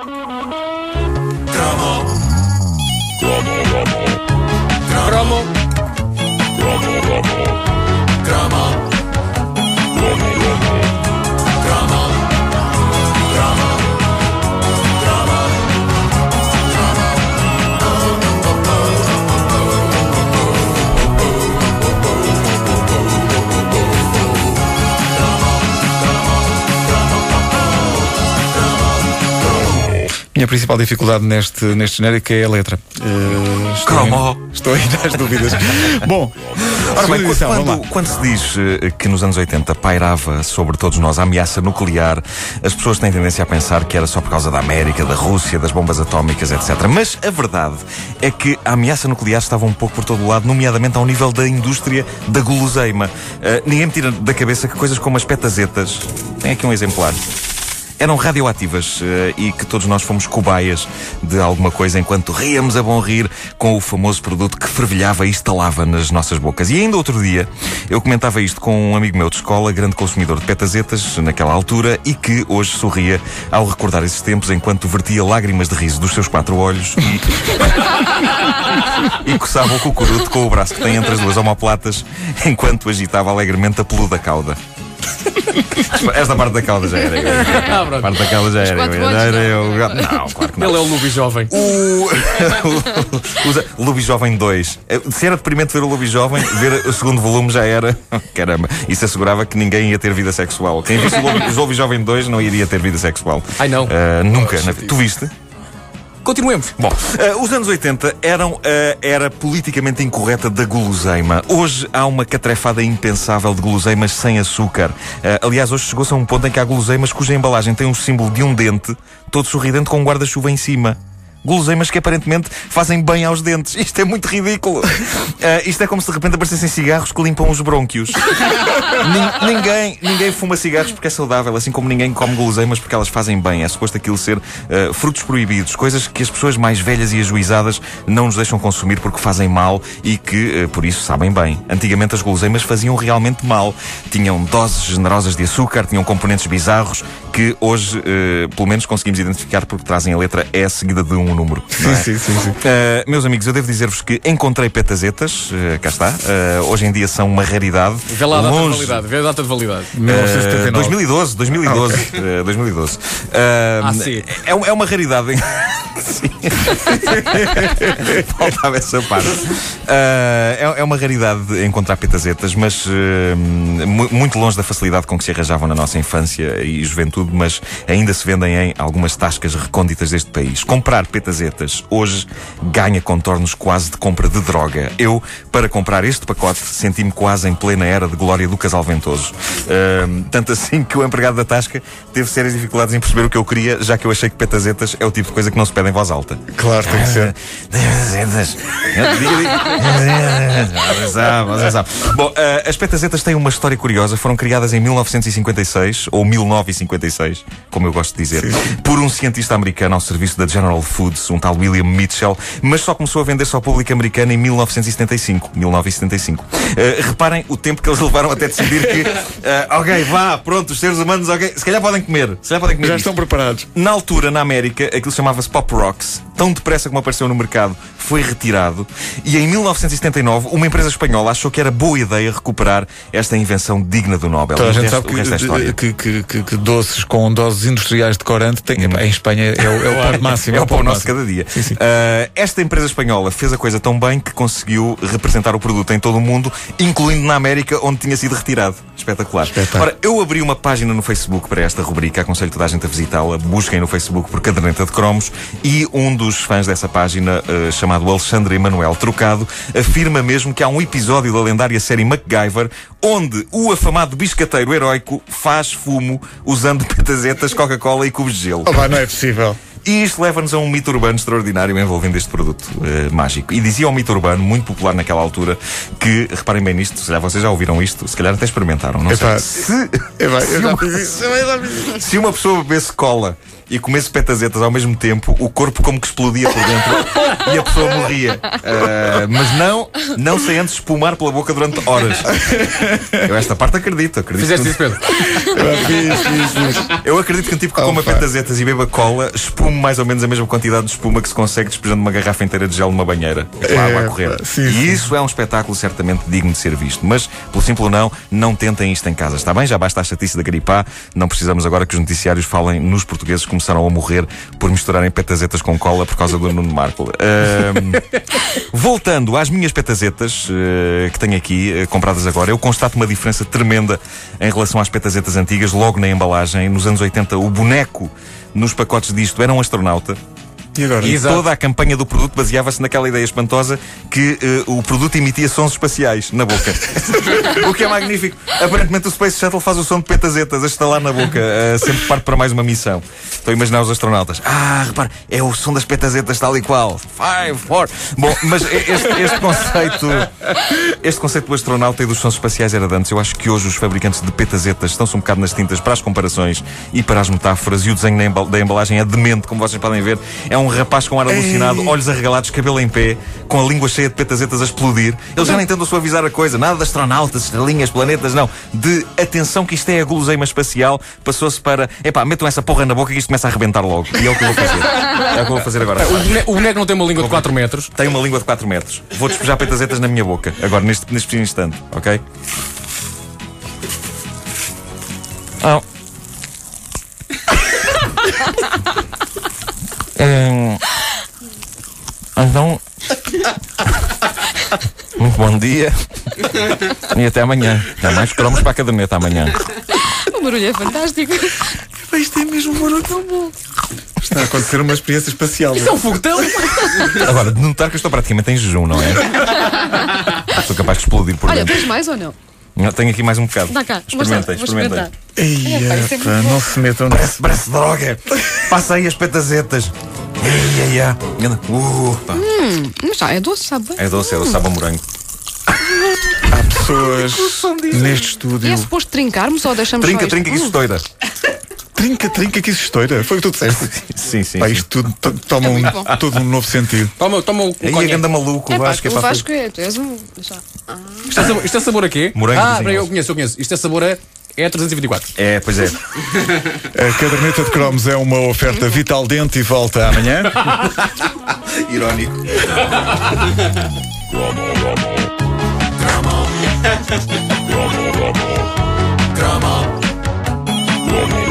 Minha principal dificuldade neste genérico é a letra. Estou aí nas dúvidas. Bom, ora bem, quando se diz que nos anos 80 pairava sobre todos nós a ameaça nuclear, as pessoas têm tendência a pensar que era só por causa da América, da Rússia, das bombas atómicas, etc. Mas a verdade é que a ameaça nuclear estava um pouco por todo o lado, nomeadamente ao nível da indústria da guloseima. Ninguém me tira da cabeça que coisas como as petazetas, tem aqui um exemplar, eram radioativas e que todos nós fomos cobaias de alguma coisa enquanto ríamos a bom rir com o famoso produto que fervilhava e estalava nas nossas bocas. E ainda outro dia eu comentava isto com um amigo meu de escola, grande consumidor de petazetas naquela altura, e que hoje sorria ao recordar esses tempos enquanto vertia lágrimas de riso dos seus 4 olhos e coçava o cucuruto com o braço que tem entre as duas omoplatas enquanto agitava alegremente a peluda cauda. Esta parte da cauda já era eu. A parte da cauda já era eu. Não, claro que não. Ele é o Lubi Jovem. O Lubi Jovem 2. Se era deprimente ver o Lubi Jovem, ver o segundo volume já era. Caramba, isso assegurava que ninguém ia ter vida sexual. Quem visse o Lubi Jovem 2 não iria ter vida sexual. Ai não. Nunca. Tu viste? Continuemos. Bom, os anos 80 eram a era politicamente incorreta da guloseima. Hoje há uma catrefada impensável de guloseimas sem açúcar. Aliás, hoje chegou-se a um ponto em que há guloseimas cuja embalagem tem um símbolo de um dente, todo sorridente com um guarda-chuva em cima. Guloseimas que aparentemente fazem bem aos dentes. Isto é muito ridículo. Isto é como se de repente aparecessem cigarros que limpam os brônquios. Ninguém fuma cigarros porque é saudável, assim como ninguém come guloseimas porque elas fazem bem. É suposto aquilo ser frutos proibidos, coisas que as pessoas mais velhas e ajuizadas não nos deixam consumir porque fazem mal e que, por isso, sabem bem. Antigamente as guloseimas faziam realmente mal. Tinham doses generosas de açúcar, tinham componentes bizarros que hoje, pelo menos, conseguimos identificar porque trazem a letra E seguida de um número. Sim. Meus amigos, eu devo dizer-vos que encontrei petazetas, cá está. Hoje em dia são uma raridade. Vê lá a data de validade. Vê a data de validade. 2012. 2012. Sim. É uma raridade. Faltava essa parte. É uma raridade encontrar petazetas, mas muito longe da facilidade com que se arranjavam na nossa infância e juventude, mas ainda se vendem em algumas tascas recônditas deste país. Comprar petazetas hoje ganha contornos quase de compra de droga. Eu, para comprar este pacote, senti-me quase em plena era de glória do casal ventoso. Tanto assim que o empregado da tasca teve sérias dificuldades em perceber o que eu queria, já que eu achei que petazetas é o tipo de coisa que não se pede em voz alta. Claro, tem que ser. Petazetas. Você sabe. Bom, as petazetas têm uma história curiosa. Foram criadas em 1956, ou 1956, como eu gosto de dizer, por um cientista americano ao serviço da General Foods, um tal William Mitchell, mas só começou a vender-se ao público americano em 1975. Reparem o tempo que eles levaram até decidir que ok, vá, pronto, os seres humanos, ok, se calhar podem comer. Já estão preparados. Na altura, na América, aquilo chamava-se Pop Rocks. Tão depressa como apareceu no mercado, foi retirado. E em 1979, uma empresa espanhola achou que era boa ideia recuperar esta invenção digna do Nobel. Então, a gente sabe que doces com doses industriais de corante em Espanha é o ponto máximo. É o pão nosso cada dia. Sim. Esta empresa espanhola fez a coisa tão bem que conseguiu representar o produto em todo o mundo, incluindo na América, onde tinha sido retirado. Espetacular. Ora, eu abri uma página no Facebook para esta rubrica, aconselho toda a gente a visitá-la. Busquem no Facebook por Caderneta de Cromos, e um dos fãs dessa página, chamado Alexandre Emanuel Trocado, afirma mesmo que há um episódio da lendária série MacGyver onde o afamado biscateiro heroico faz fumo usando petazetas, Coca-Cola e cubos de gelo. Não é possível. E isto leva-nos a um mito urbano extraordinário envolvendo este produto mágico. E dizia o mito urbano, muito popular naquela altura, que, reparem bem nisto, se calhar vocês já ouviram isto, se calhar até experimentaram, não sei. Se uma pessoa bebesse cola e comesse petazetas ao mesmo tempo, o corpo como que explodia por dentro e a pessoa morria. Mas não sem antes espumar pela boca durante horas. Eu esta parte acredito. Fizeste isso, Pedro? Eu acredito que um tipo que coma petazetas e beba cola espume mais ou menos a mesma quantidade de espuma que se consegue despejando uma garrafa inteira de gel numa banheira. Com a água a correr. E isso é um espetáculo certamente digno de ser visto. Mas, pelo simples não tentem isto em casa, está bem? Já basta a chatice da gripá. Não precisamos agora que os noticiários falem nos portugueses que começaram a morrer por misturarem petazetas com cola por causa do Nuno Marco. Voltando às minhas petazetas que tenho aqui, compradas agora, eu constato uma diferença tremenda em relação às petazetas antigas, logo na embalagem. Nos anos 80, o boneco nos pacotes disto era um astronauta. E agora? E toda a campanha do produto baseava-se naquela ideia espantosa que o produto emitia sons espaciais na boca. O que é magnífico. Aparentemente o Space Shuttle faz o som de petazetas a estalar na boca, sempre parte para mais uma missão. Estou a imaginar os astronautas. Repara, é o som das petazetas tal e qual. 5, 4. Bom, mas este conceito do astronauta e dos sons espaciais era de antes. Eu acho que hoje os fabricantes de petazetas estão-se um bocado nas tintas para as comparações e para as metáforas, e o desenho da embalagem é demente, como vocês podem ver. É um rapaz com ar alucinado, olhos arregalados, cabelo em pé, com a língua cheia de petazetas a explodir. Eles já nem tentam suavizar a coisa. Nada de astronautas, estrelinhas, planetas, não. De atenção que isto é a guloseima espacial, passou-se para, metam essa porra na boca que isto começa a arrebentar logo. E é o que eu vou fazer. É o que eu vou fazer agora. O boneco não tem uma língua de 4 metros. Tem uma língua de 4 metros. Vou despejar petazetas na minha boca, agora, neste preciso instante, ok? Então, muito bom dia e até amanhã. Há mais cromos para a caderneta amanhã. O barulho é fantástico. Isto é mesmo um barulho tão bom. Está a acontecer uma experiência espacial. Isso é um foguetão. Agora, de notar que eu estou praticamente em jejum, não é? Estou capaz de explodir por Olha, dentro. tens mais ou não? Não, tenho aqui mais um bocado. Dá cá, Experimentem. Não se metam nisso. Parece droga. Passa aí as petazetas. Mas já é doce, sabe? É doce, sabe a morango. Há pessoas neste estúdio. É suposto trincarmos ou deixamos Trinca, só isto? que isso estoura. Trinca que isso estoura. Foi o que tu disseste. Sim. Pá, isto tudo toma todo um novo sentido. Toma o Aí a conhaque. ganda maluco, o Vasco é o para Vasco é, tu és um... Já. Isto é sabor a quê? Morango cozinhoso. Eu conheço. Isto é sabor a... É 324. É, pois é. A caderneta de cromos é uma oferta Vital Dente e volta amanhã. Irónico. Come on.